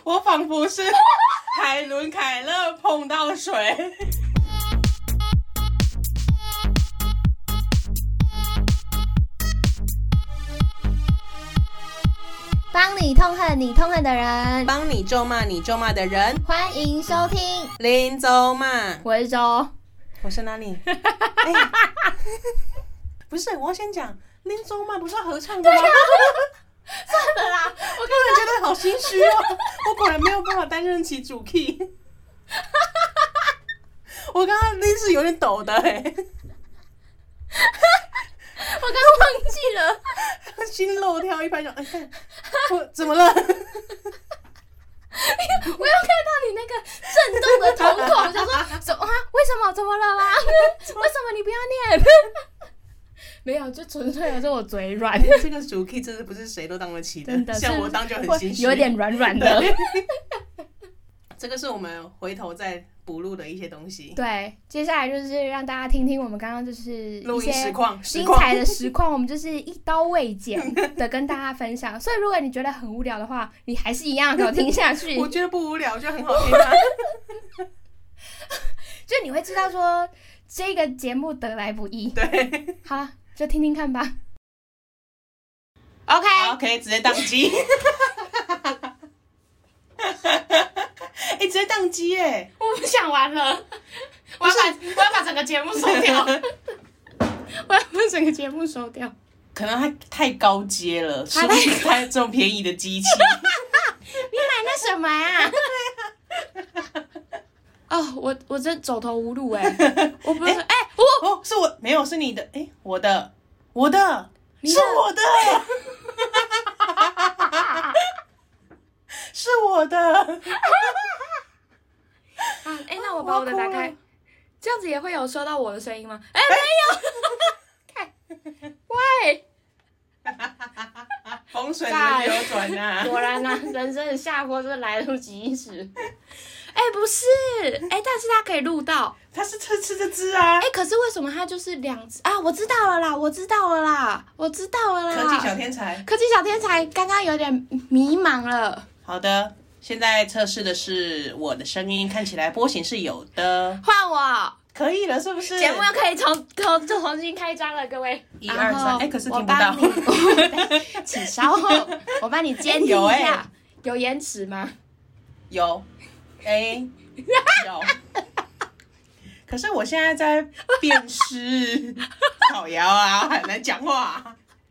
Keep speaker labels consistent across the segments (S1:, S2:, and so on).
S1: 我仿佛是海伦凯勒碰到水。
S2: 帮你痛恨你痛恨的人，
S1: 帮你咒骂你咒骂的人。
S2: 欢迎收听
S1: 林咒骂，
S2: 我是周，
S1: 我是哪里？不是，我要先讲林咒骂不是要合唱的吗？
S2: 算了啦，
S1: 我突然觉得好心虚哦，我果然没有办法担任起主 key。我刚刚临时有点抖的
S2: 我刚刚忘记了，
S1: 心漏跳一拍就看我怎么了？
S2: 我又看到你那个震动的瞳孔，就说什么啊？为什么？怎么了啦？为什么你不要念？没有，就纯粹的是我嘴软。
S1: 这个主 key 真的不是谁都当得起的，
S2: 真的
S1: 像我当就很心虚，
S2: 有点软软的。
S1: 这个是我们回头再补录的一些东西。
S2: 对，接下来就是让大家听听我们刚刚就是
S1: 录音实况，
S2: 精彩的实况，我们就是一刀未剪的跟大家分享。所以如果你觉得很无聊的话，你还是一样给我听下去。
S1: 我觉得不无聊，我觉得很好听啊。
S2: 就你会知道说这个节目得来不易。
S1: 对，
S2: 好了，就听听看吧。
S1: OK， 直接宕机。直接宕机耶！
S2: 我不想玩了，我要把整个节目收掉。我要把整个节目收掉。
S1: 可能它太高阶了，输不开这种便宜的机器。
S2: 你买那什么啊？哦，我真走投无路我不是
S1: 是我没有是你的我的是我的，是我的。
S2: 那我把我的打开，这样子也会有收到我的声音吗？没有。看，喂，
S1: 风水轮流转啊！
S2: 果然啊，人生的下坡就是来得及时。不是，但是它可以录到，
S1: 它是吃这只啊。
S2: 可是为什么它就是两只啊？我知道了啦。科技小天才刚刚有点迷茫了。
S1: 好的，现在测试的是我的声音，看起来波形是有的。
S2: 换我。
S1: 可以了，是不是？
S2: 节目又可以重新开张了，各位。
S1: 1、2、3，可是听不到。
S2: 请稍后，我帮你监听一下。有延迟吗？
S1: 有。有。可是我现在在辨识，好摇啊，很难讲话。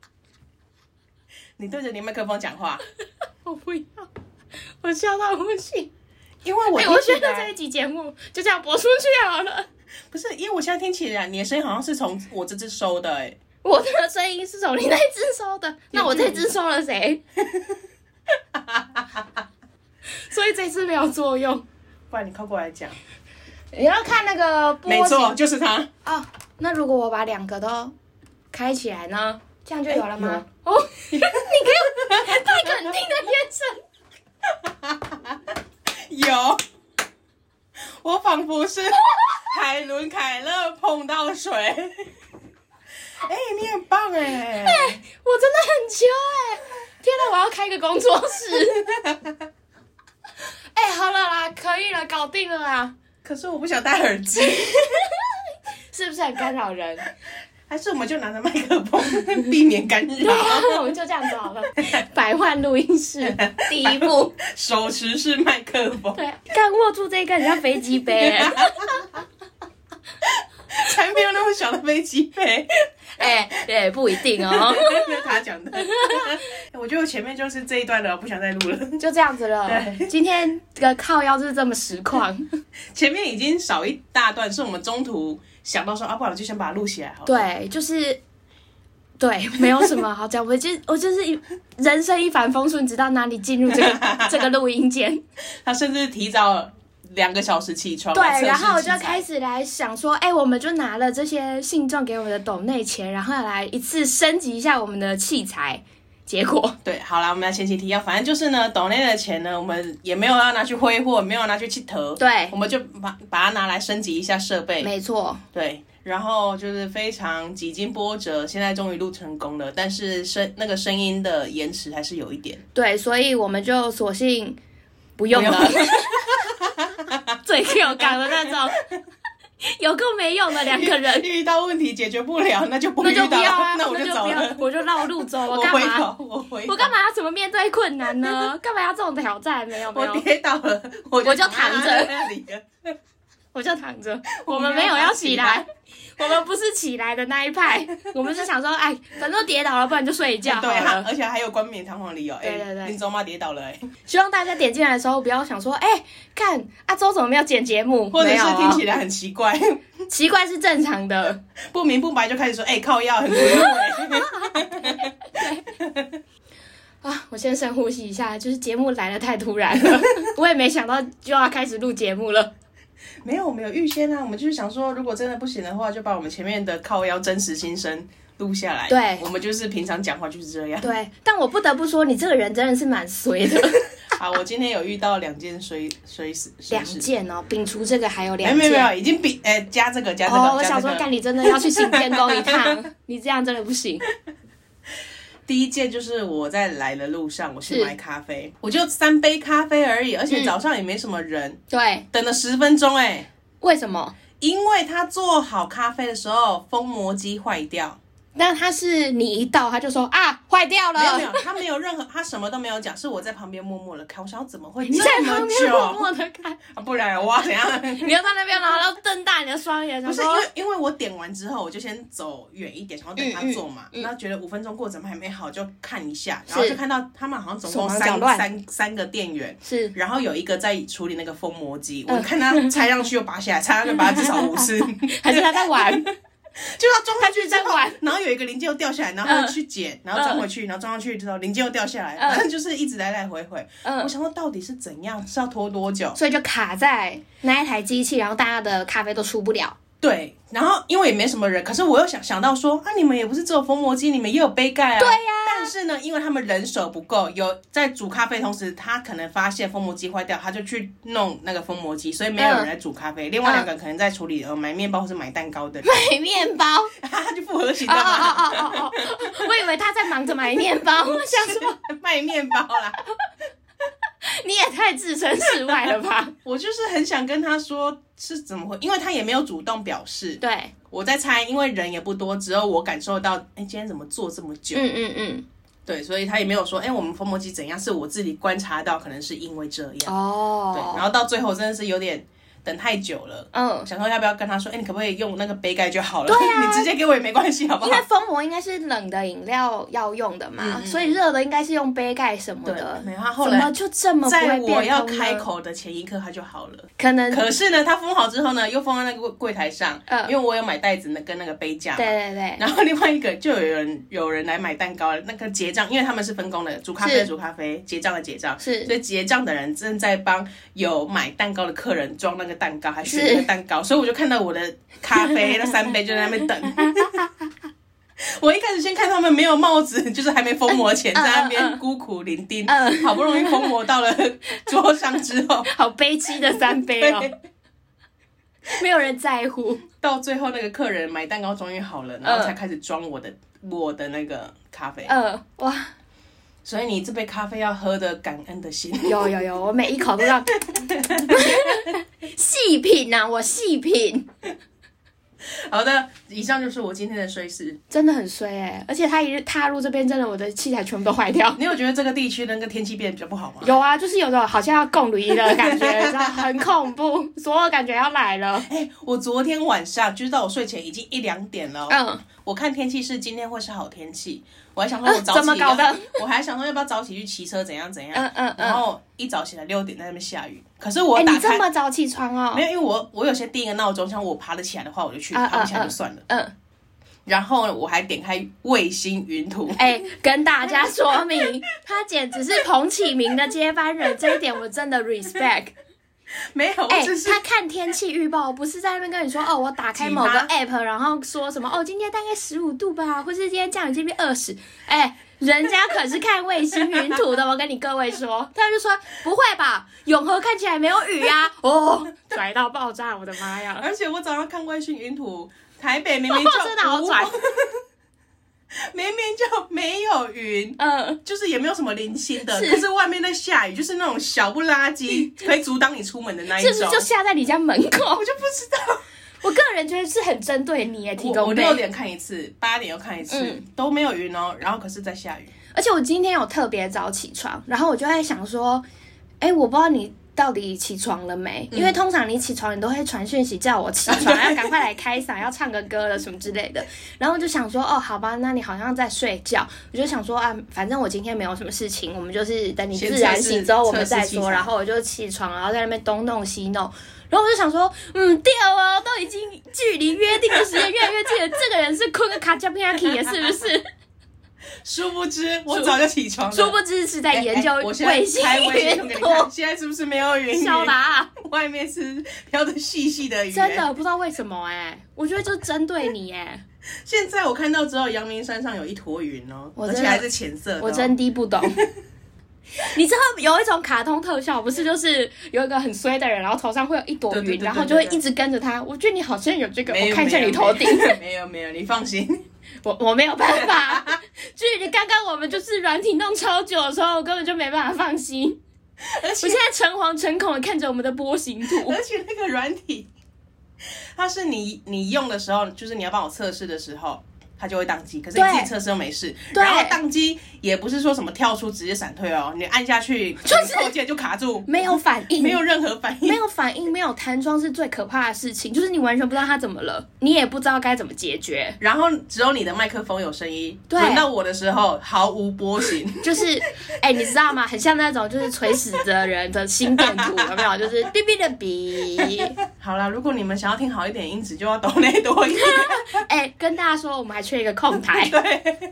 S1: 你对着你麦克风讲话。
S2: 我不要，我笑到不行。
S1: 因为我
S2: 觉得这一集节目就这样播出去好了。
S1: 不是，因为我现在听起来你的声音好像是从我这只收的
S2: 我的声音是从你那只收的，那我这只收了谁？所以这次没有作用。
S1: 不然你靠过来讲。
S2: 你要看那个波形。
S1: 没错，就是它。
S2: 那如果我把两个都开起来呢？这样就有了吗？你给我太肯定的眼神。
S1: 有。我仿佛是海伦凯勒碰到水。你很棒我真
S2: 的很秋天哪，我要开个工作室。好了啦，可以了，搞定了啦。
S1: 可是我不想戴耳机。
S2: 是不是很干扰人？
S1: 还是我们就拿着麦克风避免干扰？
S2: 我们就这样子好了。百万录音室第一步，
S1: 手持式麦克风。
S2: 对，刚握住这个很像飞机杯。
S1: 才没有那么小的飞机杯。
S2: 不一定哦。
S1: 那是他讲的。我觉得我前面就是这一段了，不想再录了。
S2: 就这样子了。对，今天这个靠腰就是这么实况。
S1: 前面已经少一大段，是我们中途想到说不然我就先把它录起来好了。
S2: 对，就是对，没有什么好讲。我就是人生一帆风顺，直到哪里进入这个录音间。
S1: 他甚至提早2个小时起床。
S2: 对，然后我就开始来想说，我们就拿了这些信众给我们的斗内钱，然后来一次升级一下我们的器材。结果
S1: 对，好啦，我们来前期提要，反正就是呢，斗内的钱呢，我们也没有要拿去挥霍，没有拿去乞讨，
S2: 对，
S1: 我们就把它拿来升级一下设备。
S2: 没错，
S1: 对，然后就是非常几经波折，现在终于录成功了，但是那个声音的延迟还是有一点。
S2: 对，所以我们就索性不用了，最 Q 港的那种，有够没用的两个人。
S1: 遇到问题解决不了，那就不遇到，那我就走了，
S2: 我就绕路走。我干嘛？我干嘛要怎么面对困难呢？干嘛要这种挑战？没有，
S1: 我跌倒了，我
S2: 就躺着，我就躺着。我们没有要起来。我们不是起来的那一派，我们是想说，哎，反正跌倒了，不然就睡一觉好了。
S1: 对，而且还有冠冕堂皇的理由。对，林周妈跌倒了，
S2: 希望大家点进来的时候不要想说，看阿周怎么没有剪节目，
S1: 或者是听起来很奇怪，
S2: 奇怪是正常的，
S1: 不明不白就开始说，靠腰很突
S2: 兀。啊，我先深呼吸一下，就是节目来得太突然了，我也没想到就要开始录节目了。
S1: 没有，我们有预先啊，我们就是想说，如果真的不行的话，就把我们前面的靠腰真实心声录下来。
S2: 对，
S1: 我们就是平常讲话就是这样。
S2: 对，但我不得不说，你这个人真的是蛮衰的。
S1: 好，我今天有遇到2件衰事。
S2: 2件哦，摒除这个还有2件。
S1: 没有，已经加这个。
S2: 我想说，干你真的要去行天宫一趟，你这样真的不行。
S1: 第一件就是我在来的路上，我去买咖啡，我就3杯咖啡而已，而且早上也没什么人，
S2: 对，
S1: 等了10分钟
S2: 为什么？
S1: 因为他做好咖啡的时候，封膜机坏掉。
S2: 但他是你一到他就说啊坏掉了，
S1: 没有，他没有任何，他什么都没有讲，是我在旁边默默的看，我想要怎么会这么久？
S2: 你在旁边默默的看
S1: 不然我要怎样？
S2: 你要在那边然后瞪大你的双眼，
S1: 不是因为我点完之后，我就先走远一点，想要等他做嘛，然后觉得5分钟过怎么还没好，就看一下，然后就看到他们好像总共三个店员，
S2: 是，
S1: 然后有一个在处理那个封膜机，我看他拆上去又拔下来，拆上去拔至少5次，
S2: 还是他在玩？
S1: 就要装上去之后，然后有一个零件又掉下来，然后去捡，然后装回去，然后装上去之后零件又掉下来，反正就是一直来来回回。我想说到底是怎样，是要拖多久？
S2: 所以就卡在那一台机器，然后大家的咖啡都出不了。
S1: 对，然后因为也没什么人，可是我又想到说，你们也不是只有封膜机，你们也有杯盖啊。
S2: 对呀。
S1: 但是呢，因为他们人手不够，有在煮咖啡同时，他可能发现封膜机坏掉，他就去弄那个封膜机，所以没有人来煮咖啡。另外2个可能在处理买面包或是买蛋糕的。
S2: 买面包，
S1: 他就复合型的嘛。
S2: 我以为他在忙着买面包，我想说
S1: 卖面包啦。
S2: 你也太置身事外了吧！
S1: 我就是很想跟他说是怎么会，因为他也没有主动表示。
S2: 对，
S1: 我在猜，因为人也不多，只有我感受到，今天怎么做这么久？对，所以他也没有说，我们封膜机怎样，是我自己观察到，可能是因为这样。
S2: 哦，
S1: 对，然后到最后真的是有点等太久了，想说要不要跟他说，你可不可以用那个杯盖就好了？
S2: 对啊，
S1: 你直接给我也没关系，好不好？
S2: 因为封膜应该是冷的饮料要用的嘛，所以热的应该是用杯盖什么的。
S1: 没有，他后来
S2: 怎么就这么不会变通呢？
S1: 在我要开口的前一刻，他就好了。
S2: 可
S1: 是呢，他封好之后呢，又封在那个柜台上，因为我有买袋子跟那个杯架。
S2: 对。
S1: 然后另外一个就有人来买蛋糕，那个结账，因为他们是分工的，煮咖啡的煮咖啡，结账的结账，所以结账的人正在帮有买蛋糕的客人装那个蛋糕，还选蛋糕，所以我就看到我的咖啡那3杯就在那边等。我一开始先看他们没有帽子，就是还没封膜前在那边孤苦伶仃，好不容易封膜到了桌上之后，
S2: 好悲戚的3杯哦，没有人在乎。
S1: 到最后那个客人买蛋糕终于好了，然后才开始装我的那个咖啡。哇！所以你这杯咖啡要喝的感恩的心。
S2: 有，我每一口都要细品啊，我细品。
S1: 好的，以上就是我今天的衰事，
S2: 真的很衰而且他一踏入这边，真的我的器材全部都坏掉。
S1: 你有觉得这个地区那个天气变得比较不好吗？
S2: 有啊，就是有种好像要共旅的感觉，知道很恐怖，所有感觉要来了。
S1: 我昨天晚上就是到我睡前已经1-2点了，我看天气是今天会是好天气，我还想说我早起，
S2: 怎么搞的？
S1: 我还想说要不要早起去骑车怎样，然后一早起来6点在那边下雨，可是我打开
S2: 你这么早起床哦？
S1: 没有，因为我有先定一个闹钟，像我爬得起来的话我就去，爬不起来就算了。然后我还点开卫星云图，
S2: 跟大家说明，他简直是彭启明的接班人，这一点我真的 respect。
S1: 没有，
S2: 他看天气预报，不是在那边跟你说我打开某个 app， 然后说什么今天大概15度吧，或是今天降雨几率20，人家可是看卫星云图的，我跟你各位说，他就说不会吧，永和看起来没有雨啊，拽到爆炸，我的妈呀！
S1: 而且我早上看卫星云图，台北明明就
S2: 真的好拽。
S1: 明明就没有云，就是也没有什么零星的，可是外面在下雨，就是那种小不拉几可以阻挡你出门的那一种，
S2: 是不是就下在你家门口？
S1: 我就不知道。
S2: 我个人觉得是很针对你耶，提供
S1: 我6点看一次，8点又看一次，都没有云哦，然后可是在下雨。
S2: 而且我今天有特别早起床，然后我就在想说，我不知道你到底起床了没？因为通常你起床，你都会传讯息叫我起床，要赶快来开嗓，要唱个歌了什么之类的。然后我就想说，好吧，那你好像在睡觉。我就想说反正我今天没有什么事情，我们就是等你自然醒之后我们再说。然后我就起床，然后在那边东弄西弄。然后我就想说，对哦，都已经距离约定的时间越来越近了，这个人是困个卡加皮亚基，是不是？
S1: 殊不知我早就起床了，
S2: 殊不知是在研究卫星云图。
S1: 现在是不是没有云？
S2: 小达，
S1: 外面是飘着细细的雨。
S2: 真的不知道为什么我觉得就针对你
S1: 现在我看到之后，阳明山上有一坨云哦，而且还是浅色的
S2: 我真的不懂。你知道有一种卡通特效，不是就是有一个很衰的人，然后头上会有一朵云，然后就会一直跟着他。我觉得你好像有这个，我看一下你头顶。
S1: 没有，你放心，
S2: 我没有办法。距离刚刚我们就是软体弄超久的时候，我根本就没办法放心。我现在诚惶诚恐的看着我们的波形图，
S1: 而且那个软体，它是你用的时候，就是你要帮我测试的时候。它就会宕机，可是你自己测试又没事。然后宕机也不是说什么跳出直接闪退哦，你按下去扣键就卡住，
S2: 没有反应，
S1: 没有任何反应，
S2: 没有反应，没有弹窗是最可怕的事情，就是你完全不知道它怎么了，你也不知道该怎么解决。
S1: 然后只有你的麦克风有声音，轮到我的时候毫无波形，
S2: 就是你知道吗？很像那种就是垂死的人的心电图，有没有？就是哔哔的哔。
S1: 好啦，如果你们想要听好一点音质，就要抖内多一点。
S2: 跟大家说，我们还缺一个控台。
S1: 对。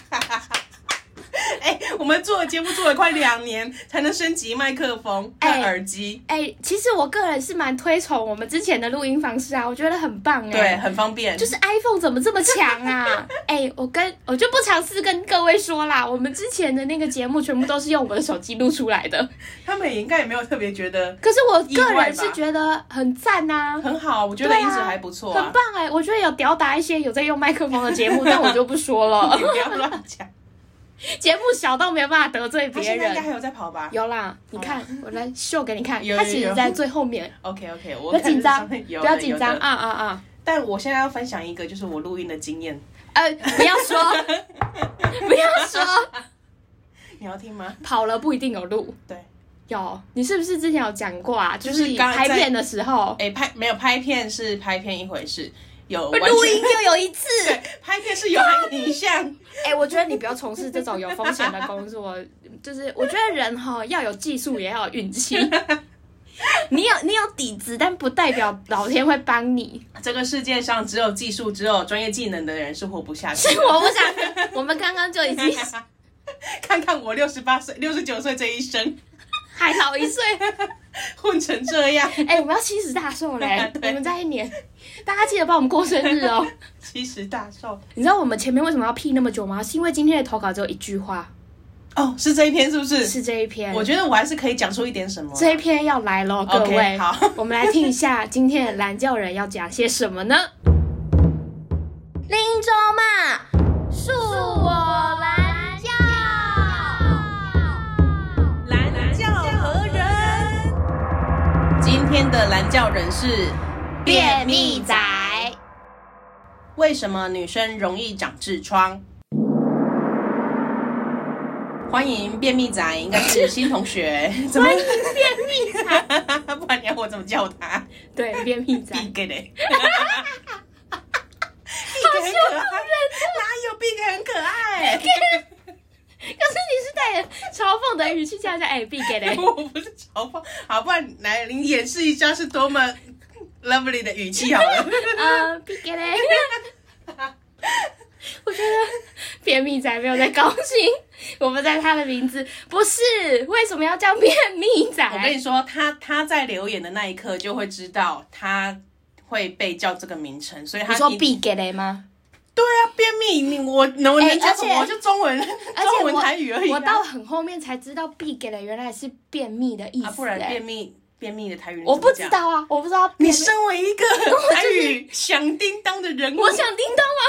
S1: 我们做节目做了快2年，才能升级麦克风和耳机。
S2: 其实我个人是蛮推崇我们之前的录音方式啊，我觉得很棒
S1: 对，很方便。
S2: 就是 iPhone 怎么这么强啊？我就不尝试跟各位说啦，我们之前的那个节目全部都是用我的手机录出来的。
S1: 他们也应该也没有特别觉得，
S2: 可是我个人是觉得很赞啊，
S1: 很好，我觉得音质还不错，
S2: 很棒我觉得有吊打一些有在用麦克风的节目，但我就不说了。
S1: 你不要乱讲。
S2: 节目小到没有办法得罪别人。
S1: 他现在应该还有在跑吧？
S2: 有啦，你看，我来秀给你看。
S1: 有
S2: 他其实在最后面。
S1: OK，
S2: 不要紧张，不要紧张啊！
S1: 但我现在要分享一个，就是我录音的经验。
S2: 不要说，不要说。
S1: 你要听吗？
S2: 跑了不一定有录。
S1: 对，
S2: 有。你是不是之前有讲过啊？就是拍片的时候。
S1: 没有拍片是拍片一回事。有
S2: 录音就有一次，
S1: 对，拍片是有含影像。
S2: 我觉得你不要从事这种有风险的工作，就是我觉得人要有技术，也要有运气。你有底子，但不代表老天会帮你。
S1: 这个世界上只有技术、只有专业技能的人是活不下去。
S2: 是活不下去。我们刚刚就已经
S1: 看看我68岁、69岁这一生，
S2: 还老1岁，
S1: 混成这样。
S2: 我们要70大寿嘞！我们在1年。大家记得帮我们过生日哦
S1: ！70大寿，
S2: 你知道我们前面为什么要屁那么久吗？是因为今天的投稿只有1句话。
S1: 是这一篇是不是？
S2: 是这一篇。
S1: 我觉得我还是可以讲出一点什么。
S2: 这一篇要来咯，各位。
S1: Okay, 好，
S2: 我们来听一下今天的蓝教人要讲些什么呢？林州嘛，恕我蓝教。
S1: 蓝教何人？今天的蓝教人是
S2: 便秘仔。
S1: 为什么女生容易长痔疮？欢迎便秘仔，应该是新同学。
S2: 欢迎便秘仔，
S1: 不然你要我怎么叫他？
S2: 对，便秘仔。
S1: Big 嘞，
S2: 好羞人，
S1: 哪有 Big 很可爱？
S2: 可是你是带着嘲讽的语气叫一下，Big 嘞。
S1: 我不是嘲讽，好，不然来，你演示一下是多么 lovely 的语气好了。
S2: Big 嘞。我觉得便秘仔没有在高兴，我们在他的名字不是为什么要叫便秘仔？
S1: 我跟你说，他在留言的那一刻就会知道他会被叫这个名称，所以他
S2: 你说 Big 嘞吗？
S1: 对啊，便秘，我能讲什么？就中文台语而已。
S2: 我到很后面才知道 Big 嘞原来是便秘的意思。
S1: 不然便秘的台语
S2: 我不知道啊，我不知道。
S1: 你身为一个台语响叮当的人物，
S2: 我响叮当吗？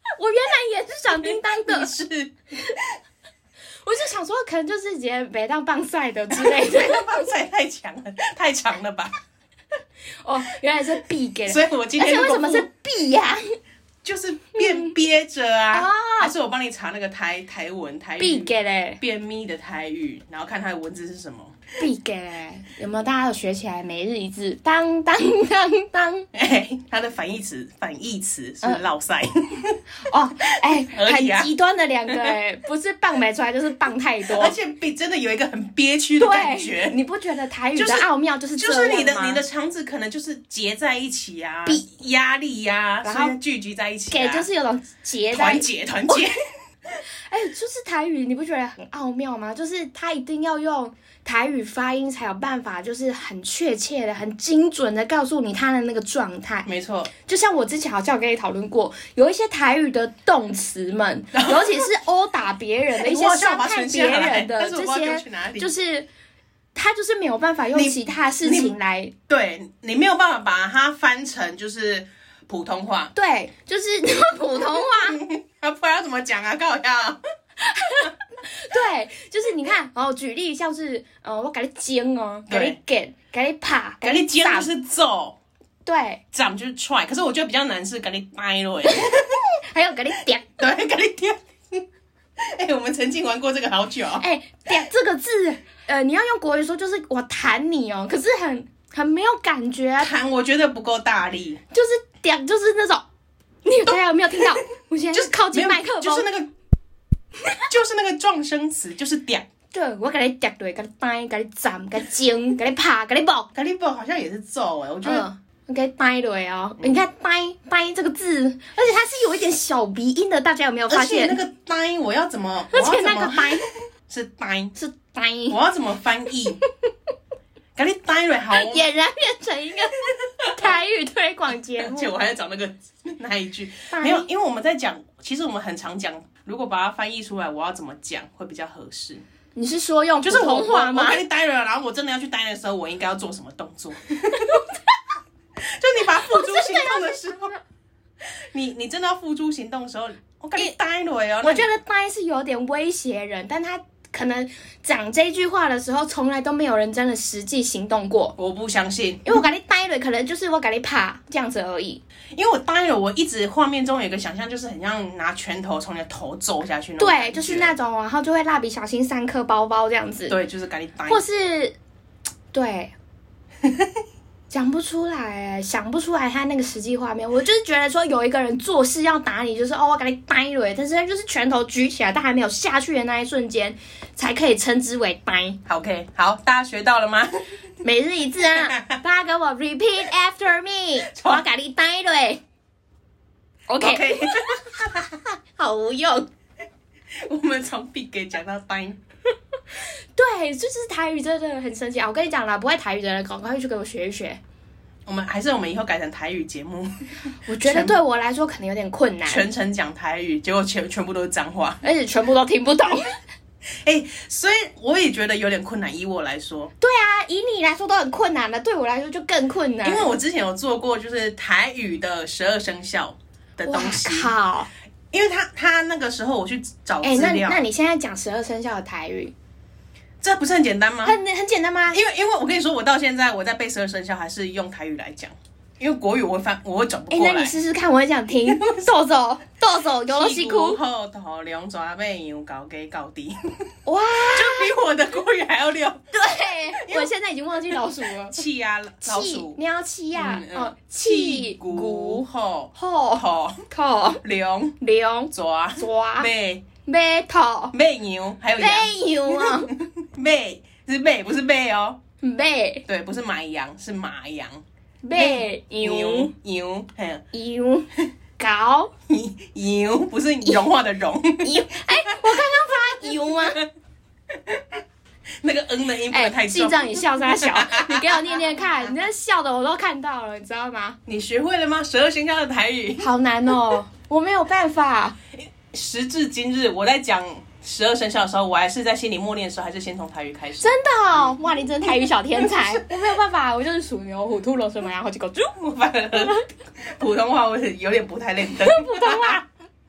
S2: 我原来也是响叮当的，
S1: 是，
S2: 我就想说，可能就是直接北当棒赛的之类的。
S1: 北当棒赛太强了，太长了吧？
S2: 哦，原来是 B 给的，
S1: 所以我今天
S2: 而且为什么是 B 呀？
S1: 就是变憋着啊，还是我帮你查那个台文台语
S2: B 给嘞，
S1: 便秘的台语，然后看它的文字是什么。
S2: 必给嘞，有没有大家有学起来？每日一字，当当当当。
S1: 它的反义词是落塞。
S2: 哦，很极端的两个不是棒没出来就是棒太多，
S1: 而且真的有一个很憋屈的感觉。
S2: 你不觉得台语的奥妙就是这样吗？
S1: 就是你的肠子可能就是结在一起啊，压力呀，然后聚集在一起，
S2: 给就是有种结
S1: 团结。
S2: 就是台语，你不觉得很奥妙吗？就是它一定要用台语发音才有办法，就是很确切的、很精准的告诉你它的那个状态。
S1: 没错，就
S2: 像我之前好像有跟你讨论过，有一些台语的动词们，尤其是殴打别人的一些伤害别人的这些，就是他就是没有办法用其他事情来，
S1: 对你没有办法把它翻成就是普通话，
S2: 对，就是普通话，
S1: 不然要怎么讲啊？靠呀！
S2: 对，就是你看，举例像是我给你煎哦，给你给你拍，
S1: 给你煎就是揍，
S2: 对，
S1: 掌就是踹。可是我觉得比较难是给你掰了，
S2: 还有给你嗲，
S1: 对，给你嗲。我们曾经玩过这个好久。
S2: 嗲这个字，你要用国语说就是我弹你哦，可是很没有感觉啊。
S1: 弹我觉得不够大力，
S2: 就是嗲，就是那种，大家有没有听到？我现在就是靠近麦克风，
S1: 就是那个撞声词，就是嗲。
S2: 对，我给你嗲对，给你掰，给你斩，给你煎，给你拍，给你爆，
S1: 给你爆好像也是揍我觉得。
S2: 我给你掰对哦，你看掰这个字，而且它是有一点小鼻音的，大家有没有发现？
S1: 而且那个掰我要怎么？
S2: 而且那个掰
S1: 是掰，
S2: 我
S1: 要怎么翻译？给你掰对好，
S2: 俨然变成一个台语推广节目。
S1: 而且我还在找那一句，没有，因为我们在讲，其实我们很常讲，如果把它翻译出来，我要怎么讲会比较合适？
S2: 你是说用普通话吗？
S1: 我给你呆了，然后我真的要去呆的时候，我应该要做什么动作？就你把它付诸行动的时候，你真的要付诸行动的时候，我给你呆了哦。
S2: 我觉得呆是有点威胁人，但他可能讲这句话的时候，从来都没有人真的实际行动过。
S1: 我不相信，
S2: 因为我给你呆了，可能就是我给你啪这样子而已。
S1: 因为我呆了，我一直画面中有一个想象，就是很像拿拳头从你的头揍下去那种。
S2: 对，就是那种，然后就会蜡笔小新3颗包包这样子。
S1: 对，就是给你呆。
S2: 或是，对。讲不出来，想不出来他那个实际画面。我就是觉得说有一个人做事要打你，就是我给你呆了，但是他就是拳头举起来，但还没有下去的那一瞬间，才可以称之为呆。
S1: OK， 好，大家学到了吗？
S2: 每日一字啊，大家跟我 repeat after me， 我给你呆了。OK， 好无用。
S1: 我们从 big 给讲到呆。
S2: 对，就是台语真的很神奇啊！我跟你讲啦，不会台语的人赶快去给我学一学。
S1: 我们以后改成台语节目。
S2: 我觉得对我来说可能有点困难，
S1: 全程讲台语，结果全部都是脏话，
S2: 而且全部都听不懂。
S1: 所以我也觉得有点困难。以我来说，
S2: 对啊，以你来说都很困难的，对我来说就更困难。
S1: 因为我之前有做过，就是台语的12生肖的东西。
S2: 好，
S1: 因为他那个时候我去找资料。
S2: 那你现在讲12生肖的台语？
S1: 这不是很简单吗？
S2: 很简单吗？
S1: 因为我跟你说，我到现在我在背12生肖还是用台语来讲，因为国语我会转不过来。
S2: 那你试试看，我也想听。豆豆，有戏哭。
S1: 后头两爪背羊高低高低。
S2: 哇，
S1: 就比我的国语还要溜。
S2: 对，我现在已经忘记老鼠了。
S1: 气啊，老鼠。
S2: 喵气呀，
S1: 气骨后
S2: 头龙
S1: 爪
S2: 马头
S1: 马羊，还有
S2: 羊啊，
S1: 马是马不是马哦，
S2: 马
S1: 对，不是买羊是马羊，
S2: 马羊
S1: 羊
S2: 高
S1: 羊不是融化的融，
S2: 我刚刚发羊吗？
S1: 那个的音不能太重。
S2: 记账你笑啥小？你给我念念看，你这笑的我都看到了，你知道吗？
S1: 你学会了吗？12生肖的台语
S2: 好难哦，我没有办法。
S1: 时至今日，我在讲12生肖的时候，我还是在心里默念的时候，还是先从台语开始。
S2: 真的哦，哇，你真的台语小天才！我没有办法，我就是属牛、虎、兔、龙、蛇、马、羊、好几个猪。
S1: 反而普通话我有点不太认真。
S2: 普通话，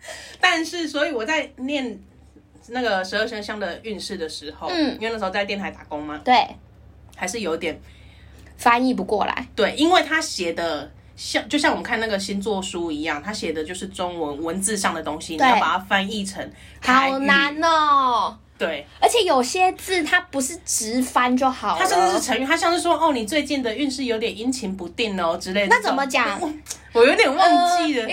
S1: 但是所以我在念那个12生肖的运势的时候，因为那时候在电台打工嘛，
S2: 对，
S1: 还是有点
S2: 翻译不过来。
S1: 对，因为他写的就像我们看那个星座书一样，他写的就是中文文字上的东西，你要把它翻译成台语，
S2: 好难哦。
S1: 对，
S2: 而且有些字它不是直翻就好了，
S1: 它甚至是成语，它像是说哦，你最近的运势有点阴晴不定哦之类的。
S2: 那怎么讲？
S1: 我有点忘记了。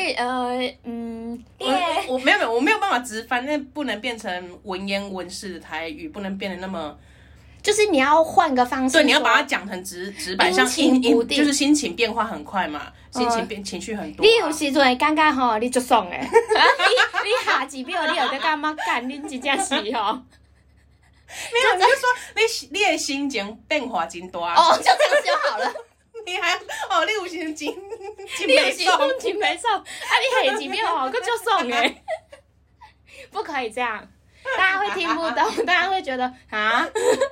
S2: 我
S1: 没有办法直翻，那不能变成文言文式的台语，不能变得那么。
S2: 就是你要换个方式，
S1: 对，你要把它讲成直白，像就是心情变化很快嘛，情绪很多、啊。
S2: 你有时阵会感觉吼，你足爽诶，你下几秒你有在干嘛干？你真正是吼。
S1: 没有，你就说你的心情变化真大。
S2: 哦，就这样就好了。
S1: 你还哦，你有心情，
S2: 你有心情没爽，啊，你下几秒吼，个足爽诶。不可以这样。大家会听不懂，大家会觉得啊，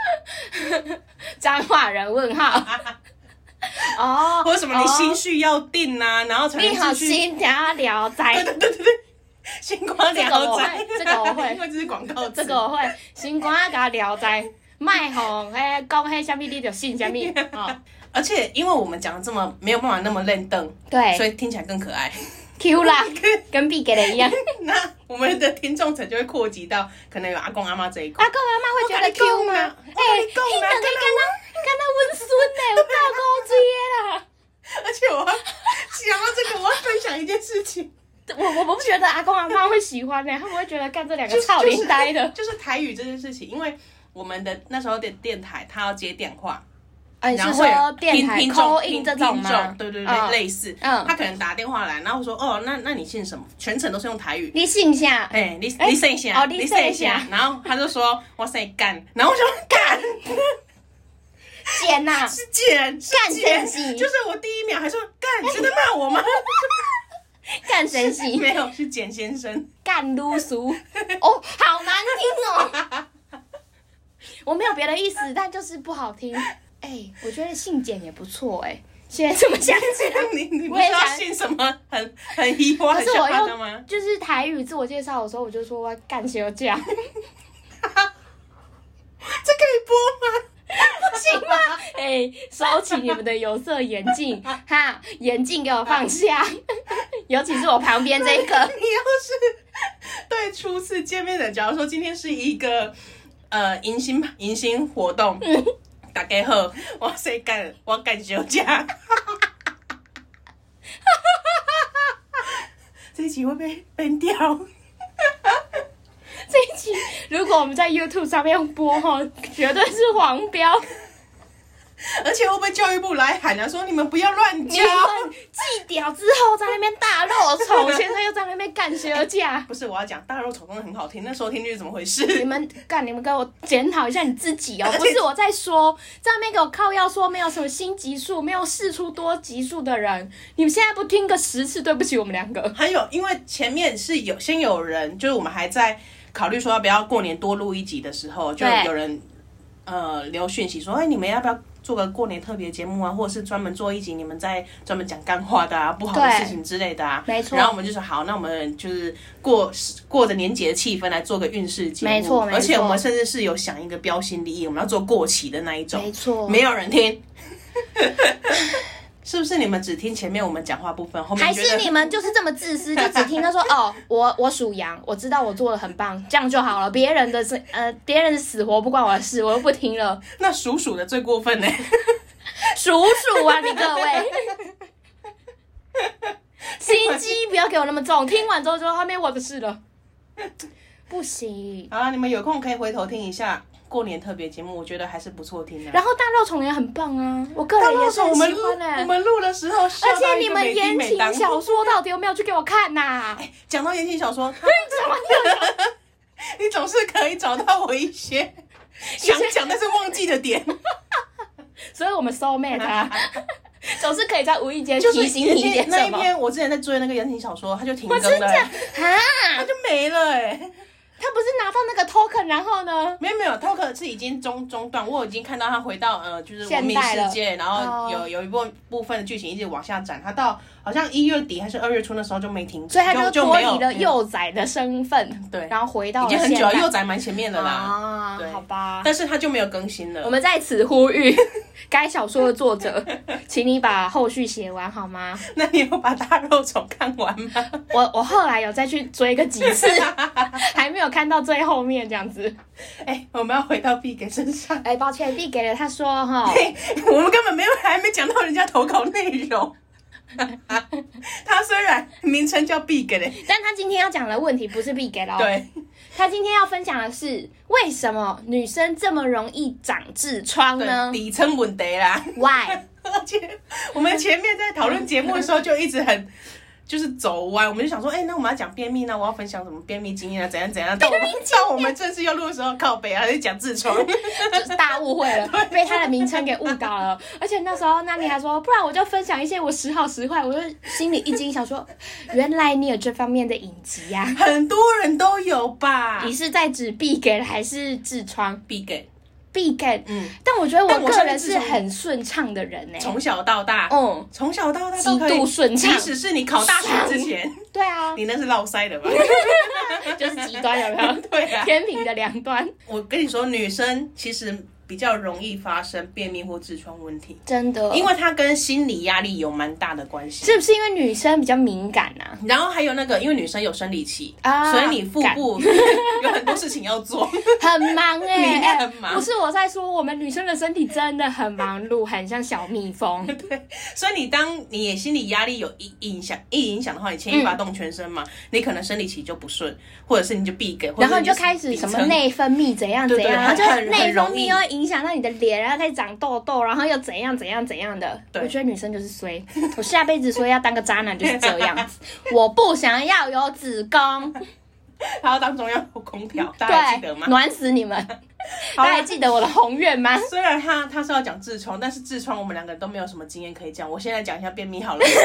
S2: 彰化人问号哦，
S1: 或者什么你心绪要定啊，然后才能
S2: 你好心条聊斋，
S1: 对，星光聊斋，
S2: 这个我会，
S1: 因为这是广告词，
S2: 这个我会，星光甲聊斋，卖吼讲迄什么你就信什么哦。
S1: 而且因为我们讲的这么没有办法那么认瞪，
S2: 对，
S1: 所以听起来更可爱。
S2: Q 啦，跟毕给的一样。
S1: 那我们的听众层就会扩及到可能有阿公阿妈这一块。
S2: 阿公阿妈会觉得 Q 吗？
S1: 你两个
S2: 跟他温孙呢，我大高追啦。
S1: 而且我讲到这个，我要分享一件事情。
S2: 我不觉得阿公阿妈会喜欢呢，他们会觉得干这两个操灵呆的。
S1: 就是台语这件事情，因为我们的那时候的电台，他要接电话。
S2: 你是说电台 call in 这种吗？
S1: 对，类似。他可能打电话来，然后说哦，那你姓什么？全程都是用台语。
S2: 你姓啥？
S1: 哎，你姓啥？
S2: 哦，你姓啥？
S1: 然后他就说我姓干，然后我就干。
S2: 简呐，
S1: 是简，
S2: 干神喜，
S1: 就是我第一秒还说干，是在骂我吗？
S2: 干神喜
S1: 没有，是简先生。
S2: 干撸俗哦，好难听哦。我没有别的意思，但就是不好听。我觉得姓简也不错现在这么想起来，
S1: 你不知道姓什么很移花很像他的吗？
S2: 就是台语自我介绍的时候，我就说我要干休假。这
S1: 可以播吗？
S2: 不行吗？收起你们的有色眼镜，哈，眼镜给我放下，尤其是我旁边这个。你要
S1: 是对初次见面的，假如说今天是一个迎新活动。大家好，我干休假。这一集会被ban掉。
S2: 这一集如果我们在 YouTube 上面播绝对是黄标。
S1: 而且会不会教育部来喊啊？说你们不要乱教，
S2: 祭屌之后在那边大肉虫，现在又在那边干休假。
S1: 不是，我要讲大肉虫真的很好听，那收听率怎么回事？
S2: 你们给我检讨一下你自己哦，不是我在说，在那边给我靠腰说没有什么新集数，没有释出多集数的人，你们现在不听个10次，对不起我们两个。
S1: 还有，因为前面是先有人，就是我们还在考虑说要不要过年多录一集的时候，就有人留讯息说，你们要不要做个过年特别节目啊，或者是专门做一集你们在专门讲干话的啊，不好的事情之类的啊，
S2: 没错。
S1: 然后我们就说好，那我们就是过着年节的气氛来做个运势节目，
S2: 没错。
S1: 而且我们甚至是有想一个标新立异，我们要做过期的那一种，
S2: 没错，
S1: 没有人听。是不是你们只听前面我们讲话部分，后面
S2: 还是你们就是这么自私，就只听他说哦，我属羊，我知道我做的很棒，这样就好了。别人的死活不关我的事，我又不听了。
S1: 那属的最过分呢？
S2: 属啊，你各位，心机不要给我那么重。听完之后就后面我的事了，不行。
S1: 好啦，你们有空可以回头听一下。过年特别节目，我觉得还是不错听的。
S2: 然后大肉虫也很棒啊，我个人也是很喜欢
S1: 我们录的时候，而
S2: 且你们言情小说到底有没有去给我看呐？
S1: 讲到言情小说，你总是可以找到我一些想讲但是忘记的点，
S2: 所以我们 soul mate 啊，总是可以在无意间提醒你一点什么。
S1: 那一篇我之前在追那个言情小说，它就停更了，
S2: 它就
S1: 没了
S2: 他他不是拿到那个 token， 然后呢？
S1: 没有 token 是已经中断，我已经看到他回到就是文明世界，然后有一部分的剧情一直往下展，他到好像1月底还是2月初的时候就没停止，
S2: 所以他就脱离了幼崽的身份，
S1: 对，
S2: 然后回到了
S1: 已经很久了，幼崽蛮前面的啦，对，
S2: 好吧，
S1: 但是他就没有更新了。
S2: 我们在此呼吁该小说的作者，请你把后续写完好吗？
S1: 那你有把大肉虫看完吗？
S2: 我后来有再去追个几次，还没有看到最后面这样子。
S1: 我们要回到毕给身上。
S2: 抱歉，毕给了，他说哈，
S1: 我们根本还没讲到人家投稿内容。他虽然名称叫毕给嘞，
S2: 但他今天要讲的问题不是毕给了。
S1: 对，
S2: 他今天要分享的是为什么女生这么容易长痔疮呢？
S1: 底层问题啦。
S2: Why？
S1: 而且我们前面在讨论节目的时候就一直很就是走歪，我们就想说，那我们要讲便秘，那我要分享什么便秘经验啊，怎样怎样。到我们正式要录的时候，靠北还在讲痔疮，
S2: 就是大误会了，被他的名称给误导了。而且那时候那你还说，不然我就分享一些我时好时坏，我就心里一惊，想说，原来你有这方面的隐疾呀，
S1: 很多人都有吧？
S2: 你是在指闭给还是痔疮？
S1: 闭给。
S2: 必给，但我觉得我个人是很顺畅的人
S1: 从小到大，从小到大
S2: 极度顺畅，
S1: 即使是你考大学之前，
S2: 对啊，
S1: 你那是落塞的吧？
S2: 就是极端，有没有？
S1: 对啊，
S2: 天平的两端。
S1: 我跟你说，女生其实比较容易发生便秘或痔疮问题，
S2: 真的，
S1: 因为它跟心理压力有蛮大的关系。
S2: 是不是因为女生比较敏感啊？
S1: 然后还有那个，因为女生有生理期所以你腹部有很多事情要做，
S2: 很忙
S1: 你很忙。
S2: 不是我在说，我们女生的身体真的很忙碌，很像小蜜蜂。
S1: 对，所以当你心理压力有影响的话，你牵一发动全身嘛，你可能生理期就不顺，或者是你就闭给，
S2: 然后你就开始什么内分泌怎样怎样，然后就内分泌又会影响到你的脸，然后开始长痘痘，然后又怎样怎样怎样的。我觉得女生就是衰，我下辈子说要当个渣男就是这样子。我不想要有子宫，
S1: 他要当中央空调，大家还记得吗？
S2: 暖死你们！大家还记得我的宏愿吗？
S1: 虽然他是要讲痔疮，但是痔疮我们两个人都没有什么经验可以讲。我现在讲一下便秘好了。人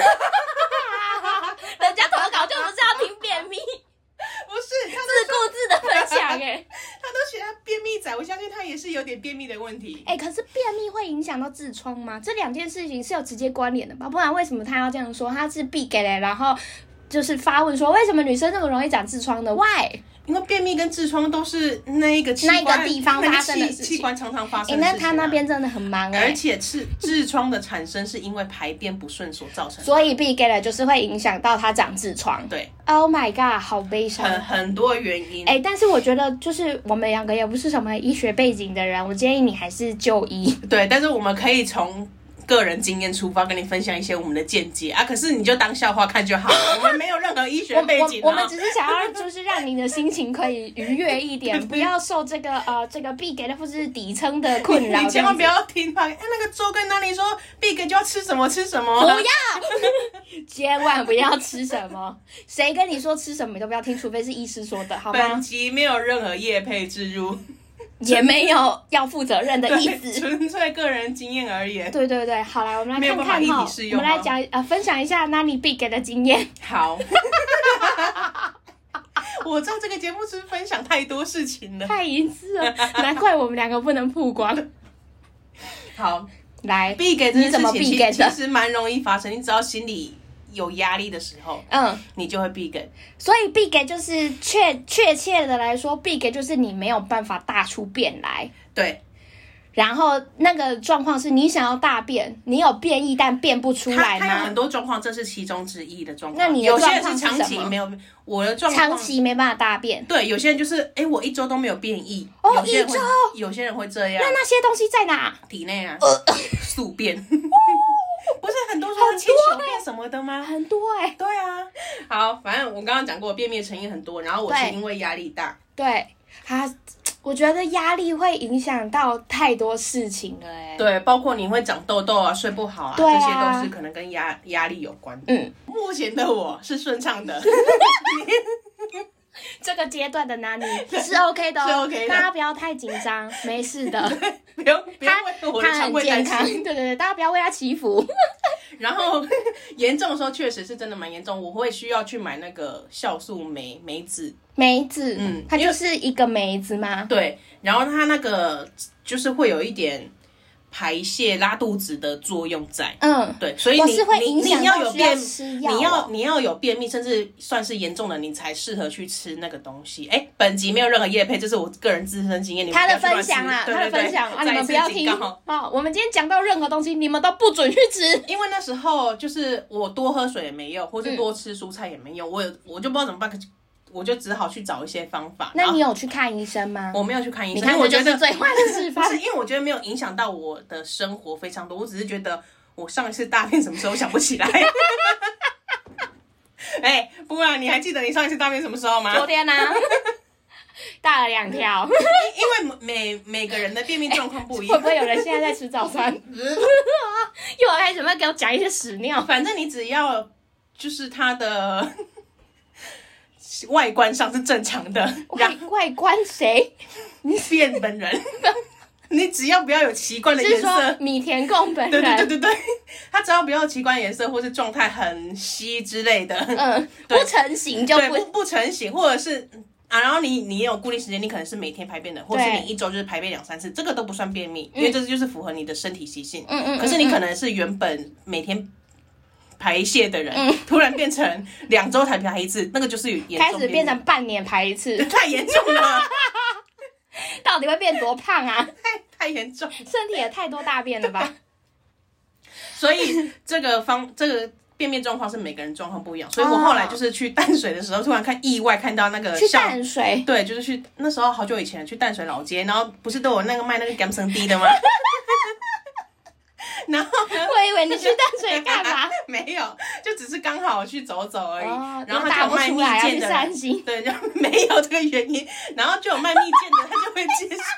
S2: 家投稿就不是要听便秘。
S1: 不是
S2: 自顾自的分享他
S1: 都写他便秘仔，我相信他也是有点便秘的问题。
S2: 可是便秘会影响到痔疮吗？这两件事情是有直接关联的吧？不然为什么他要这样说？他是必给嘞，然后就是发问说为什么女生那么容易长痔疮呢 ？Why？
S1: 因为便秘跟痔疮都是那一个
S2: 地方发生的事情，
S1: 器官常常发生的事情。
S2: 那他那边真的很忙
S1: 而且痔疮的产生是因为排便不顺所造成的，
S2: 所以必给了就是会影响到他长痔疮。
S1: 对
S2: ，Oh my god， 好悲伤，
S1: 很多原因。
S2: 但是我觉得就是我们两个也不是什么医学背景的人，我建议你还是就医。
S1: 对，但是我们可以从个人经验出发，跟你分享一些我们的见解啊。可是你就当笑话看就好，我们没有任何医学背景。
S2: 我们只是想要就是让你的心情可以愉悦一点，不要受这个必给的或是底层的困扰。
S1: 你千万不要听那个周跟哪里说必给就要吃什么吃什么，
S2: 不要，千万不要吃什么。谁跟你说吃什么你都不要听，除非是医师说的，好吗？
S1: 本集没有任何业配置入。
S2: 也没有要负责任的意思，
S1: 纯粹个人经验而言。
S2: 对对对，好来，我们来看看哈，我们来讲分享一下哪里必给的经验。
S1: 好，我知道这个节目是分享太多事情了，
S2: 太隐私了，难怪我们两个不能曝光。
S1: 好，
S2: 来，
S1: 必给这件事情其实蛮容易发生，你只要心里有压力的时候，你就会必给。
S2: 所以必给就是确切的来说，必给就是你没有办法大出便来。
S1: 对。
S2: 然后那个状况是你想要大便，你有便意但便不出来吗？
S1: 它有很多状况，这是其中之一的状况。
S2: 那你的状况
S1: 是什么？有些人是长期没有，我的状况
S2: 长期没办法大便。
S1: 对，有些人就是我1周都没有便意。
S2: 1周，
S1: 有些人会这样。
S2: 那些东西在哪？
S1: 体内啊，宿便。不是很多说千小便什么的吗？
S2: 很多
S1: 对啊，好，反正我刚刚讲过，便秘的成因很多，然后我是因为压力大。
S2: 对，我觉得压力会影响到太多事情了
S1: 对，包括你会长痘痘啊，睡不好啊，这些都是可能跟压力有关。目前的我是顺畅的。
S2: 这个阶段的男女是 OK 的，
S1: 是 OK 的，
S2: 大家不要太紧张，没事的。
S1: 不要为我的肠胃担心。
S2: 对，大家不要为他祈福。
S1: 然后严重的时候确实是真的蛮严重，我会需要去买那个酵素梅子。
S2: 梅子，它就是一个梅子吗？
S1: 对，然后它那个就是会有一点排泄拉肚子的作用在，对，所以你要有便，你要有便秘，甚至算是严重的，你才适合去吃那个东西。本集没有任何业配，这是我个人自身经验，你们
S2: 他的分享啊，他的分享啊，你们不要听哦。我们今天讲到任何东西，你们都不准去吃，
S1: 因为那时候就是我多喝水也没用，或是多吃蔬菜也没用，我就不知道怎么办。我就只好去找一些方法。
S2: 那你有去看医生吗？
S1: 我没有去看医生，
S2: 因为我觉得最坏的示范，
S1: 不是因为我觉得没有影响到我的生活非常多，我只是觉得我上一次大便什么时候想不起来。不然你还记得你上一次大便什么时候吗？
S2: 昨天啊，大了2条。
S1: 因为每个人的便秘状况不一样。
S2: 会不会有人现在在吃早餐？又要开始给我讲一些屎尿？
S1: 反正你只要就是它的外观上是正常的，
S2: 外观谁？
S1: 便本人，你只要不要有奇怪的颜色。
S2: 是说米田共本人？
S1: 对，他只要不要有奇怪的颜色，或是状态很稀之类的，
S2: 不成形就
S1: 不成形，或者是然后你也有固定时间，你可能是每天排便的，或是你1周就是排便2-3次，这个都不算便秘，因为这就是符合你的身体习性。可是你可能是原本每天排泄的人，突然变成2周才排一次，那个就是严重
S2: 开始变成半年排一次，
S1: 太严重了。
S2: 到底会变多胖啊？
S1: 太严重，
S2: 身体也太多大便了吧？
S1: 所以这个便秘状况是每个人状况不一样，所以我后来就是去淡水的时候，突然意外看到那个
S2: 去淡水，
S1: 对，就是去那时候好久以前去淡水老街，然后不是都有那个卖那个甘生滴的吗？然后
S2: 我以为你去淡水干嘛？
S1: 没有，就只是刚好去走走而已。
S2: 然
S1: 后他就有卖蜜饯的人，对，就没有这个原因。然后就有卖蜜饯的，他就会介绍。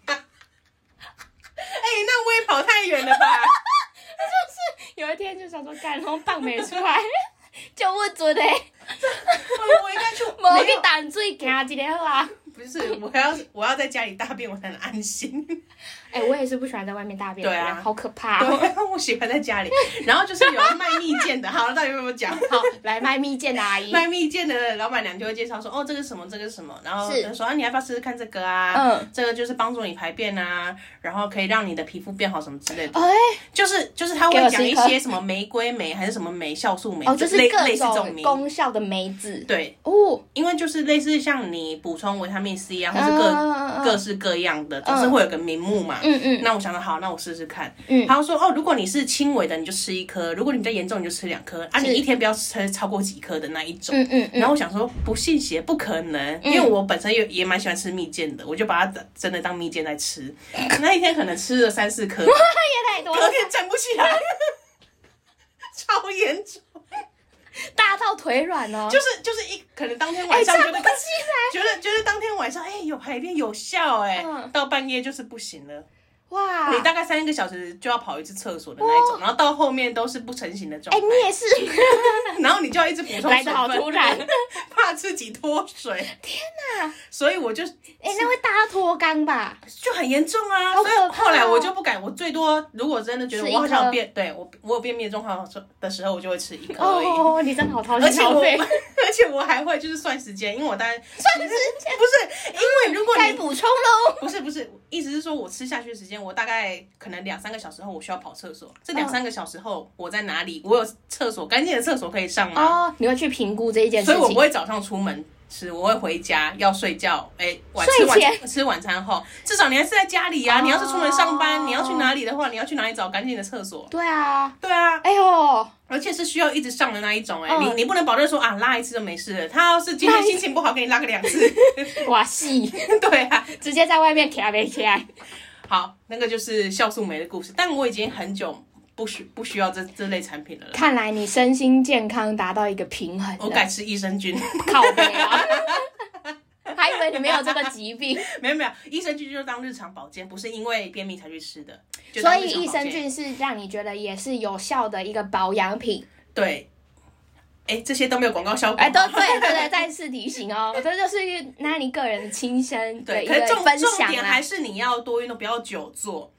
S1: 那我也跑太远了吧？
S2: 就是有一天就想说，干，然后棒没出来，就不准嘞。
S1: 我应该去，
S2: 没去淡水行一个好啊。
S1: 不是，我要在家里大便，我才能安心。
S2: 我也是不喜欢在外面大便，
S1: 对啊，
S2: 好可怕。
S1: 对，我喜欢在家里。然后就是有人卖蜜饯的，好了，到底有没有讲？
S2: 好，来卖蜜饯的阿姨，
S1: 卖蜜饯的老板娘就会介绍说，这个是什么，这个是什么，然后就说你要不要试试看这个啊？这个就是帮助你排便啊，然后可以让你的皮肤变好什么之类的。就是他会讲一些什么玫瑰梅还是什么梅酵素梅，
S2: 就是各种功效的梅子。
S1: 对因为就是类似像你补充维他命 C 啊，或是各式各样的，总是会有个名目嘛。那我想说好，那我试试看。他说如果你是轻微的，你就吃1颗；如果你比较严重，你就吃2颗。你一天不要吃超过几颗的那一种。然后我想说不信邪，不可能，因为我本身也蛮喜欢吃蜜饯的，我就把它真的当蜜饯在吃。那一天可能吃了3-4颗，
S2: 也太多了，
S1: 隔天站不起来，超严重。
S2: 大到腿软哦，
S1: 就是可能当天晚上觉得当天晚上有排便有效到半夜就是不行了。哇！你大概3个小时就要跑一次厕所的那一种，然后到后面都是不成形的状态。
S2: 你也是，
S1: 然后你就要一直补充水分，
S2: 来得好突然，
S1: 怕自己脱水。
S2: 天哪！
S1: 所以我就
S2: 那会大到脱肛吧？
S1: 就很严重啊！所以后来我就不敢，我最多如果真的觉得我好像有对我有便秘的状况的时候，我就会吃1颗而已。
S2: 你真的好掏心掏肺。
S1: 而且我还会就是算时间，因为我大概算时间不是，因为如果你
S2: 该补充喽。
S1: 不是，意思是说我吃下去的时间，我大概可能2-3个小时后我需要跑厕所，这2-3个小时后我在哪里？我有厕所干净的厕所可以上吗？
S2: 你会去评估这一件事情，
S1: 所以我不会早上出门吃，我会回家要睡觉，吃晚餐后，至少你还是在家里啊。你要是出门上班，你要去哪里的话，你要去哪里找干净的厕所？
S2: 对啊，
S1: 哎呦，而且是需要一直上的那一种你不能保证说拉1次就没事了。他要是今天心情不好，给你拉个2次，
S2: 哇戏，
S1: 对啊，
S2: 直接在外面卡没起来。
S1: 好，那个就是酵素梅的故事，但我已经很久不需要这类产品了啦。
S2: 看来你身心健康达到一个平衡了。
S1: 我改吃益生菌，
S2: 靠北啊！还以为你没有这个疾病。
S1: 没有，益生菌就是当日常保健，不是因为便秘才去吃的。
S2: 所以益生菌是让你觉得也是有效的一个保养品。
S1: 对。这些都没有广告效果。
S2: 对，再次提醒哦，这就是那你个人的亲身的一个分享啦。
S1: 重点还是你要多运动，不要久坐。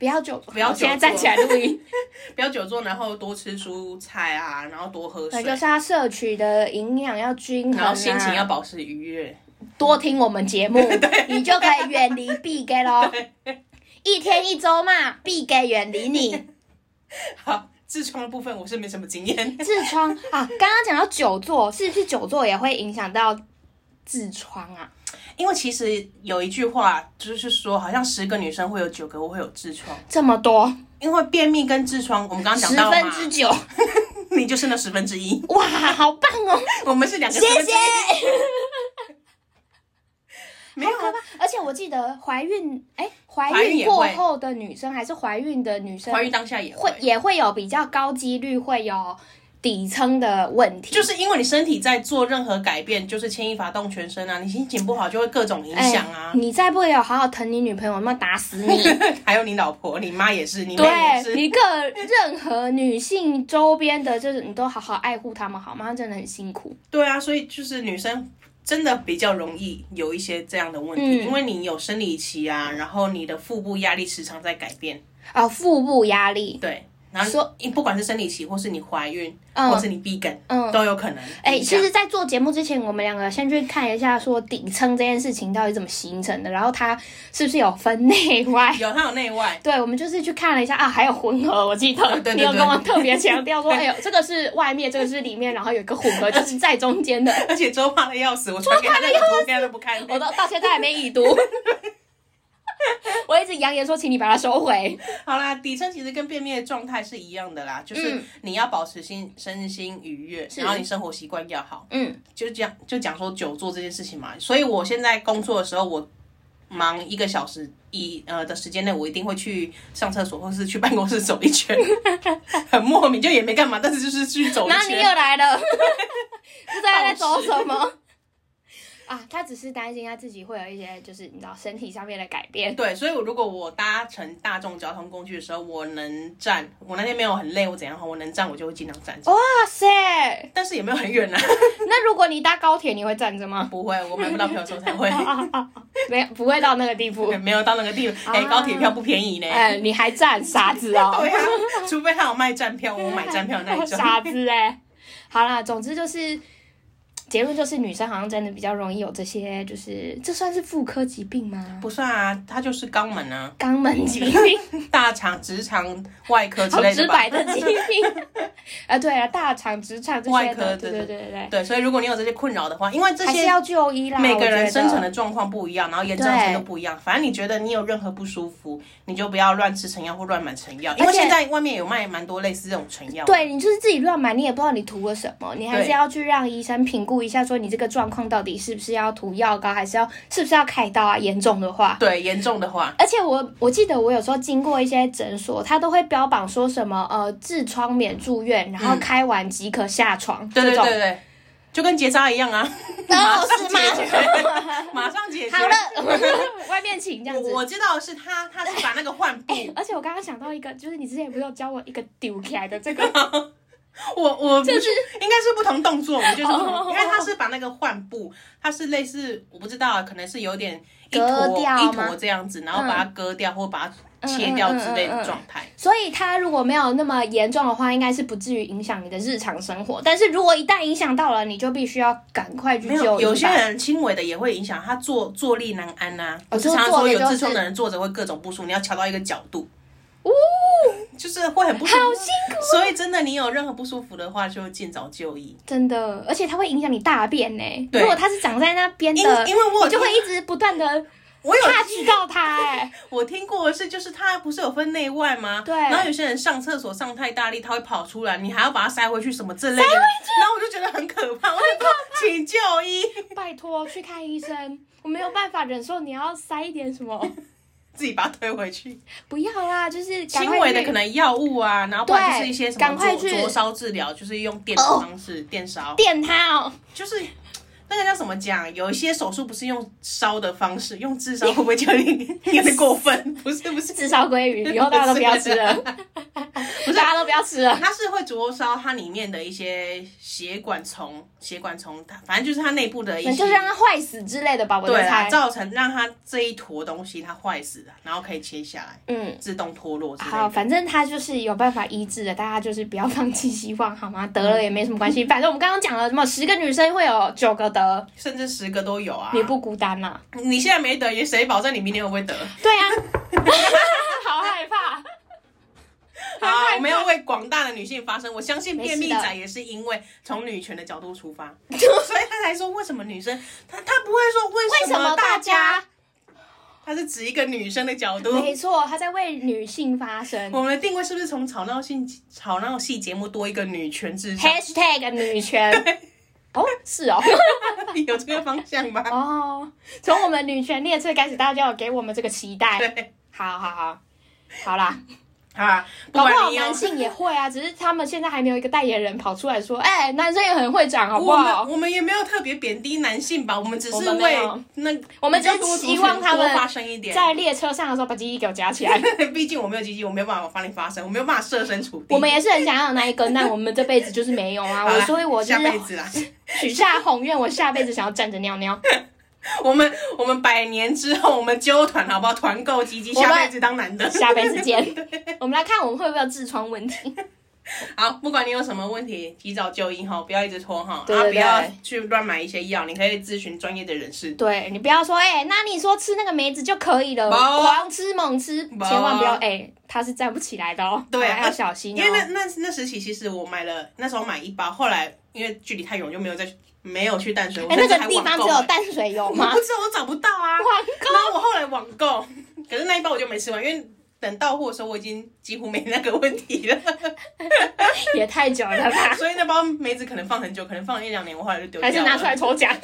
S2: 不要久坐，
S1: 不要久坐，
S2: 现在站起来录音，
S1: 不要久坐，然后多吃蔬菜啊，然后多喝水，
S2: 就是要摄取的营养要均衡，
S1: 然后心情要保持愉悦，
S2: 多听我们节目，你就可以远离闭给咯。一天一周嘛，闭给远离你。
S1: 好，痔疮的部分我是没什么经验。
S2: 痔疮啊，刚刚讲到久坐，是不是久坐也会影响到痔疮啊？
S1: 因为其实有一句话就是说，好像10个女生会有9个会有痔疮，
S2: 这么多。
S1: 因为便秘跟痔疮，我们刚刚讲到嘛
S2: 9%，
S1: 你就是那1/10。
S2: 哇，好棒哦！
S1: 我们是2个1/10。
S2: 谢谢。
S1: 没有啊，
S2: 而且我记得怀孕过后的女生，还是怀孕的女生，
S1: 怀孕当下
S2: 也会有比较高几率会有底层的问题，
S1: 就是因为你身体在做任何改变，就是牵一发动全身啊，你心情不好就会各种影响啊。
S2: 你再不有好好疼你女朋友，有没有打死你？
S1: 还有你老婆、你妈也是，你妹也是，
S2: 对，你任何女性周边的，就是你都好好爱护她们，好吗？她真的很辛苦。
S1: 对啊，所以就是女生真的比较容易有一些这样的问题，因为你有生理期啊，然后你的腹部压力时常在改变。
S2: 腹部压力，
S1: 对。然后不管是生理期，或是你怀孕，或是你闭梗，都有可能。
S2: 其实，在做节目之前，我们2个先去看一下，说底层这件事情到底怎么形成的，然后它是不是有分内外？
S1: 它有内外。
S2: 对，我们就是去看了一下啊，还有混合，我记得你有跟我特别强调说，哎呦，这个是外面，这个是里面，然后有一个混合，就是在中间的。
S1: 而且周怕的要死，我传给他那个图片都不看，
S2: 我到现在还没已读。我一直扬言说，请你把它收回。
S1: 好啦，底层其实跟便秘的状态是一样的啦，就是你要保持身心愉悦，然后你生活习惯要好。就讲说久坐这件事情嘛，所以我现在工作的时候，我忙1个小时的时间内，我一定会去上厕所，或是去办公室走一圈，很莫名，就也没干嘛，但是就是去走一圈。
S2: 那你又来了，不知道在走什么。他只是担心他自己会有一些，就是你知道身体上面的改变。
S1: 对，所以如果我搭乘大众交通工具的时候，我能站，我那天没有很累，我怎样我能站，我就会尽量站着。
S2: 哇塞！
S1: 但是也没有很远啊。
S2: 那如果你搭高铁，你会站着吗？
S1: 不会，我买不到票的时候才会。
S2: 不会到那个地步。
S1: 没有到那个地步。高铁票不便宜呢。
S2: 你还站，傻子哦。
S1: 对啊，除非他有卖站票，我买站票那一种。
S2: 傻子好啦，总之就是。结论就是女生好像真的比较容易有这些，就是这算是妇科疾病吗？
S1: 不算啊，它就是肛门啊，
S2: 肛门疾病、
S1: 大肠、直肠外科之类的吧。
S2: 好直白的疾病对啊，大肠、直肠这些
S1: 外科，对，所以如果你有这些困扰的话，因为这些
S2: 还是要就医啦。
S1: 每个人生成的状况不一样，然后严重程度不一样，反正你觉得你有任何不舒服，你就不要乱吃成药或乱买成药，因为现在外面有卖蛮多类似这种成药。
S2: 对，你就是自己乱买，你也不知道你涂了什么，你还是要去让医生评估一下，说你这个状况到底是不是要涂药膏，还是是不是要开刀啊？严重的话，
S1: 对，严重的话。
S2: 而且我记得我有时候经过一些诊所，他都会标榜说什么痔疮免住院，然后开完即可下床。
S1: 对，就跟结扎一样啊。马上解决，马上解决。
S2: 好了，外面请这样子。
S1: 我知道是他是把那个换布。
S2: 而且我刚刚想到一个，就是你之前不是有教我一个丢起来的这个。
S1: 我就是应该是不同动作，我就是不同，因为他是把那个换布，它是类似我不知道，可能是有点一坨这样子，然后把它割掉或把它切掉之类的状态。
S2: 所以它如果没有那么严重的话，应该是不至于影响你的日常生活。但是如果一旦影响到了，你就必须要赶快去就医。
S1: 有些人轻微的也会影响他坐立难安啊。我常常说有痔疮的人坐着会各种不舒服，你要调到一个角度。就是会很不舒服，
S2: 好辛苦。
S1: 所以真的，你有任何不舒服的话，就尽早就医。
S2: 真的，而且它会影响你大便呢。如果它是长在那边的，
S1: 因为我
S2: 就会一直不断的touch到它。
S1: 我听过的是，就是它不是有分内外吗？
S2: 对。
S1: 然后有些人上厕所上太大力，它会跑出来，你还要把它塞回去什么之类的。然后我就觉得很可怕，我就说请就医，
S2: 拜托去看医生。我没有办法忍受你要塞一点什么。
S1: 自己把它推回去，
S2: 不要啦，就是
S1: 轻微的可能药物啊，然后不然就是一些什么灼烧治疗，就是用电的方式，电烧，
S2: 电它
S1: 就是那个叫什么讲？有一些手术不是用烧的方式，用炙烧会不会有点过分？不是，
S2: 炙烧鲑鱼，以后大家都不要吃了。 大家都不要吃了。
S1: 它是会灼烧它里面的一些血管虫，反正就是它内部的一些，
S2: 就是让它坏死之类的吧，我在猜。
S1: 对，造成让它这一坨东西它坏死了，然后可以切下来，自动脱落之类的。
S2: 好，反正它就是有办法医治的，大家就是不要放弃希望，好吗？得了也没什么关系，反正我们刚刚讲了，什么10个女生会有9个得，甚
S1: 至10个都有啊。
S2: 你不孤单啦，
S1: 你现在没得，也谁保证你明年会不会得？
S2: 对啊，好害怕。
S1: 好，我们要为广大的女性发声。我相信便秘仔也是因为从女权的角度出发，所以他才说为什么女生，他不会说为什么大家，他是指一个女生的角度。
S2: 没错，他在为女性发声。
S1: 我们的定位是不是从吵闹系节目多一个女权至上
S2: #女权？哦，是哦，
S1: 有这个方向吧？
S2: 哦，从我们女权列车开始，大家就有给我们这个期待。对，好啦。
S1: 啊，
S2: 搞不好男性也会啊，只是他们现在还没有一个代言人跑出来说，男生也很会长，好不好？
S1: 我们也没有特别贬低男性吧，我们只是为
S2: 我们只是希望他们
S1: 发声一点，
S2: 在列车上的时候把鸡鸡给我夹起来。
S1: 毕竟我没有鸡鸡，我没有办法帮你发声，我没有办法设身处地。
S2: 我们也是很想要有那一根，但我们这辈子就是没有啊。所以我就是
S1: 下辈子啦，
S2: 许下宏愿，我下辈子想要站着尿尿。
S1: 我们100年之后，我们揪团好不好？团购鸡鸡，下辈子当男的，
S2: 下辈子见。我们来看我们会不会有痔疮问题。
S1: 好，不管你有什么问题，及早就医哈，不要一直拖哈，然后不要去乱买一些药，你可以咨询专业的人士。
S2: 对，你不要说那你说吃那个梅子就可以了，狂吃猛吃，千万不要它是站不起来的哦，对，要小心哦。
S1: 因为那时期其实我那时候买1包，后来因为距离太远，就没有去淡水。
S2: 那个地方只有淡水有吗？
S1: 我不知道，我找不到啊。
S2: 网购。
S1: 然后我后来网购，可是那1包我就没吃完，因为等到货的时候我已经几乎没那个问题了。
S2: 也太久了吧？
S1: 所以那包梅子可能放很久，可能放了1-2年，我后来就丢掉了。
S2: 还是拿出来抽奖。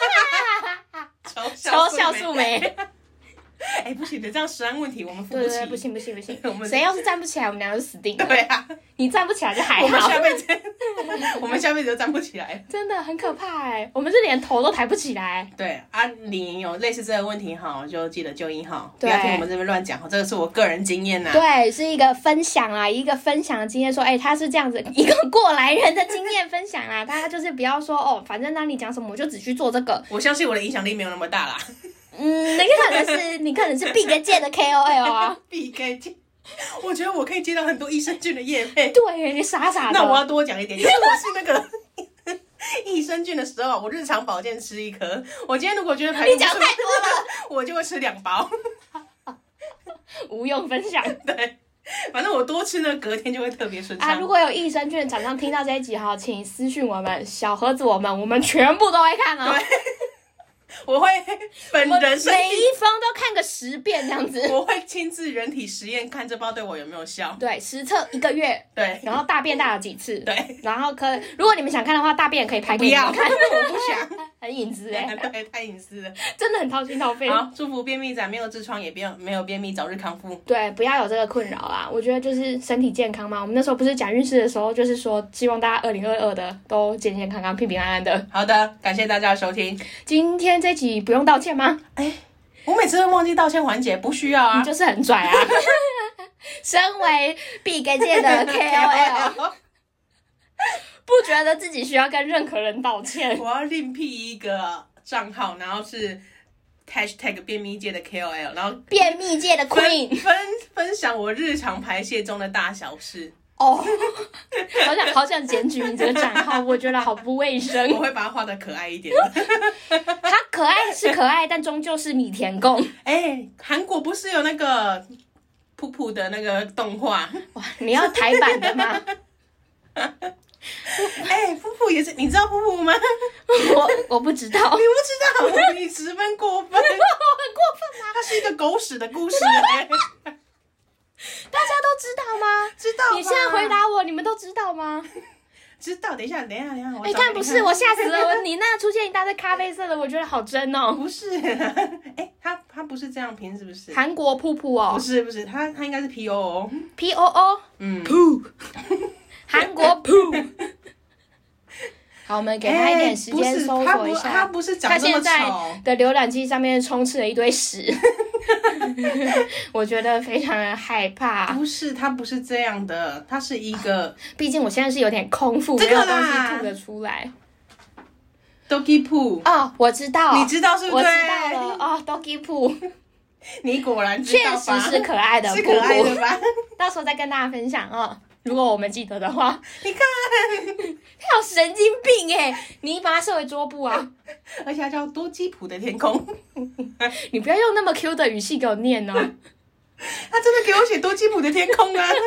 S2: 抽酵素梅。
S1: 不行的，这样食安问题我们付不起。
S2: 对，不行。谁要是站不起来，我们两个就死定了。
S1: 对啊，
S2: 你站不起来就还好。
S1: 我们下辈子就站不起来，
S2: 真的很可怕我们是连头都抬不起来。
S1: 对啊，你有类似这个问题哈，就记得就医哈，不要听我们这边乱讲，这个是我个人经验呐。
S2: 对，是一个分享啦，一个分享的经验，说他是这样子一个过来人的经验分享啦，大家就是不要说反正那你讲什么我就只去做这个。
S1: 我相信我的影响力没有那么大啦。
S2: 你可能是 Big 界的 KOL 啊。
S1: Big 界，我觉得我可以接到很多益生菌的业配。
S2: 对，你傻的。
S1: 那我要多讲一点，因为我是那个益生菌的时候，我日常保健吃1颗。我今天如果觉得排毒，你
S2: 讲太多了，
S1: 我就会吃2包。
S2: 无用分享。
S1: 对，反正我多吃呢，隔天就会特别顺畅。
S2: 如果有益生菌的厂商听到这一集哈，请私讯我们小盒子，我们全部都会看哦。对。
S1: 我会本人
S2: 每一封都看个10遍这样子。
S1: 我会亲自人体实验，看这包对我有没有效。
S2: 对，实测1个月。
S1: 对，
S2: 然后大便大了几次。
S1: 对，
S2: 然后如果你们想看的话，大便可以拍给你们看。
S1: 我不想，
S2: 很隐私
S1: 对，太隐私了，
S2: 真的很掏心掏肺。
S1: 好，祝福便秘仔没有痔疮也没有便秘早日康复。
S2: 对，不要有这个困扰啦。我觉得就是身体健康嘛。我们那时候不是讲运势的时候，就是说希望大家2022的都健健康康、平平安安的。
S1: 好的，感谢大家的收听。
S2: 今天这集不用道歉吗？
S1: 我每次会忘记道歉环节，不需要啊。
S2: 你就是很拽啊。身为 Big 界的 KOL， 不觉得自己需要跟任何人道歉。
S1: 我要另辟一个账号，然后是 #便秘界的 KOL， 然后
S2: 便秘界的 Queen
S1: 分享我日常排泄中的大小事。
S2: 好想检举你这个账号，我觉得好不卫生。
S1: 我会把它画得可爱一点。
S2: 它可爱是可爱，但终究是米田共。
S1: 韩国不是有那个噗噗的那个动画？
S2: 哇，你要台版的吗？
S1: 噗噗也是，你知道噗噗吗？
S2: 我不知道。
S1: 你不知道？你十分过分。我很
S2: 过分吗？
S1: 它是一个狗屎的故事。
S2: 大家都知道吗？
S1: 知道。
S2: 你现在回答我，你们都知道吗？
S1: 知道。等一下。
S2: 但不是，我吓死了。你那出现一大堆咖啡色的，我觉得好真哦。
S1: 不是。它不是这样拼，是不是？
S2: 韩国噗噗哦。
S1: 不是，它应该是 POO。
S2: POO。
S1: 噗。
S2: 韩国噗。好，我们给他一点时间搜索一下。
S1: 它不是长这么丑。
S2: 它现在的浏览器上面充斥了一堆屎。 我觉得非常的害怕。
S1: 不是，它不是这样的，它是一个，
S2: 毕竟我现在是有点空腹，没有东西吐得出来。
S1: Doggy poo
S2: 哦，我知道，
S1: 你知道是不是？
S2: 我知道了哦 ，Doggy poo，
S1: 你果然知道吧？
S2: 确实是可爱的，
S1: 是可爱的吧？
S2: 到时候再跟大家分享哦。如果我们记得的话，
S1: 你看，
S2: 他有神经病哎！你把它设为桌布啊，
S1: 而且它叫多基普的天空。
S2: 你不要用那么 Q 的语气给我念哦。
S1: 他真的给我写多基普的天空啊！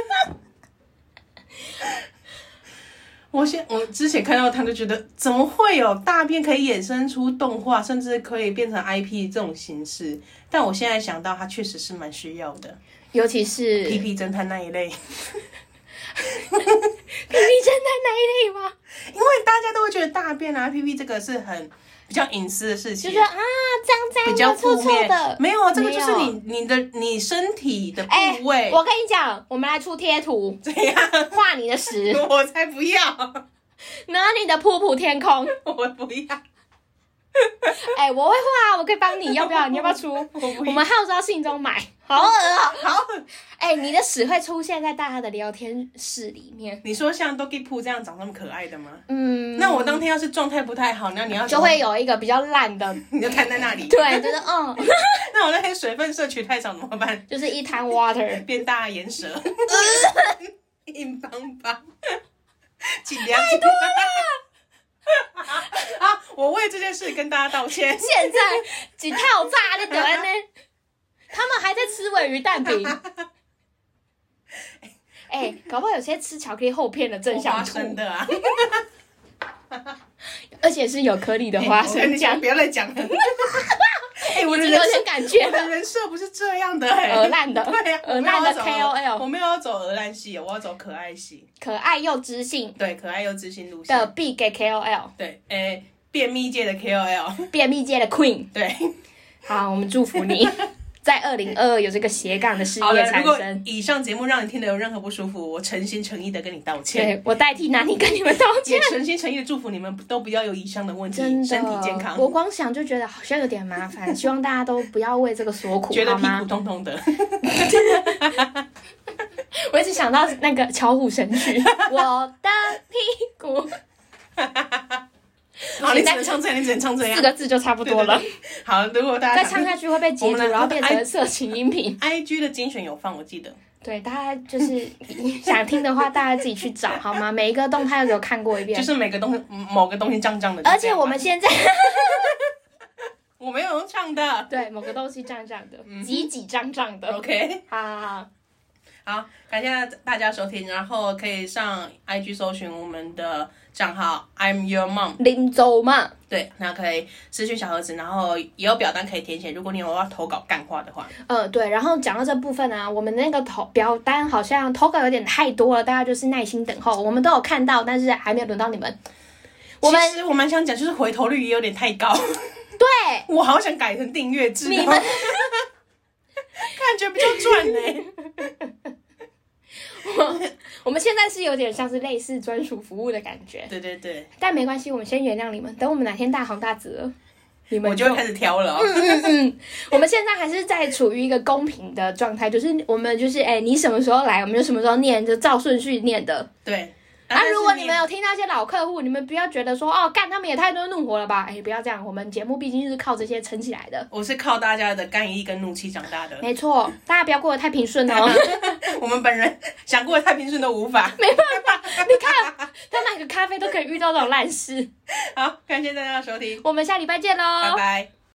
S1: 我之前看到他就觉得，怎么会有大便可以衍生出动画，甚至可以变成 IP 这种形式？但我现在想到，它确实是蛮需要的，
S2: 尤其是
S1: 屁屁侦探那一类。
S2: 屁屁侦探那一类吗？
S1: 因为大家都会觉得大便啊、屁屁这个是很比较隐私的事情，
S2: 就觉得啊脏脏的、臭臭的。
S1: 没有啊，这个就是你身体的部位。
S2: 我跟你讲，我们来出贴图，
S1: 怎样
S2: 画你的屎？
S1: 我才不要！
S2: 拿你的噗噗天空，
S1: 我不要。
S2: 我会画，我可以帮你，要不要？你要不要出？我们号召信中买，好恶啊！
S1: 好，
S2: 你的屎会出现在大家的聊天室里面。
S1: 你说像 Doggy Poo 这样长那么可爱的吗？那我当天要是状态不太好，那你要
S2: 就会有一个比较烂的，
S1: 你就瘫在那里。
S2: 对，就是
S1: 那我那天水分摄取太少怎么办？
S2: 就是一滩 water
S1: 变大岩蛇，硬邦邦，尽量。好，我为这件事跟大家道歉。
S2: 现在几套炸的得呢？他们还在吃鲔鱼蛋饼。搞不好有些吃巧克力厚片的正想吐。
S1: 花生的啊，
S2: 而且是有颗粒的花生酱。
S1: 不要再讲了。我的
S2: 有点感觉，
S1: 我的人设不是这样的，
S2: 鹅烂的，
S1: 对啊，
S2: 鹅烂的 KOL，
S1: 我没有要走鹅烂系，我要走可爱系，
S2: 可爱又知性，
S1: 对，可爱又知性路线
S2: 的必给 KOL，
S1: 对，便秘界的 KOL，
S2: 便秘界的 Queen，
S1: 对，
S2: 好，我们祝福你。在2022有这个斜杠的事业产生。
S1: 如果以上节目让你听得有任何不舒服，我诚心诚意的跟你道歉。
S2: 对，我代替拿你跟你们道歉，
S1: 也诚心诚意的祝福你们都不要有以上的问题，身体健康。
S2: 我光想就觉得好像有点麻烦，希望大家都不要为这个所苦，
S1: 觉得屁股痛痛的。
S2: 我一直想到那个巧虎神曲，我的屁股。
S1: 好，你只能唱这样，你只能唱这样，4
S2: 个字就差不多了。
S1: 对对对，好，如果大家
S2: 再唱下去会被截图，然后变成色情音频。
S1: IG 的精选有放，我记得。
S2: 对，大家就是想听的话，大家自己去找好吗？每一个动态都给我看过一遍，
S1: 就是每个东西某个东西胀胀的。
S2: 而且我们现在
S1: 我没有用唱的，
S2: 对，某个东西胀胀的，挤挤胀胀的。
S1: OK，
S2: 好，
S1: 感谢大家收听，然后可以上 IG 搜寻我们的账号 I'm Your Mom
S2: 林州嘛，
S1: 对，那可以私讯小盒子，然后也有表单可以填写，如果你有要投稿干话的话。
S2: 对，然后讲到这部分啊，我们那个表单好像投稿有点太多了，大家就是耐心等候，我们都有看到，但是还没有轮到你们。
S1: 其实我蛮想讲，就是回头率也有点太高。
S2: 对，
S1: 我好想改成订阅制，
S2: 你们
S1: 感觉比较赚呢。
S2: 我们现在是有点像是类似专属服务的感觉，
S1: 对对对，
S2: 但没关系，我们先原谅你们，等我们哪天大红大紫了，你们
S1: 我就会开始挑了。
S2: 我们现在还是在处于一个公平的状态，就是我们就是你什么时候来，我们就什么时候念，就照顺序念的。
S1: 对。
S2: 如果你们有听到一些老客户，你们不要觉得说干他们也太多怒火了吧？不要这样，我们节目毕竟是靠这些撑起来的。我
S1: 是靠大家的干意跟怒气长大的。
S2: 没错，大家不要过得太平顺哦。
S1: 我们本人想过得太平顺都无法。
S2: 没办法，你看他买个咖啡都可以遇到这种烂事。
S1: 好，感谢大家的收听，
S2: 我们下礼拜见喽，
S1: 拜拜。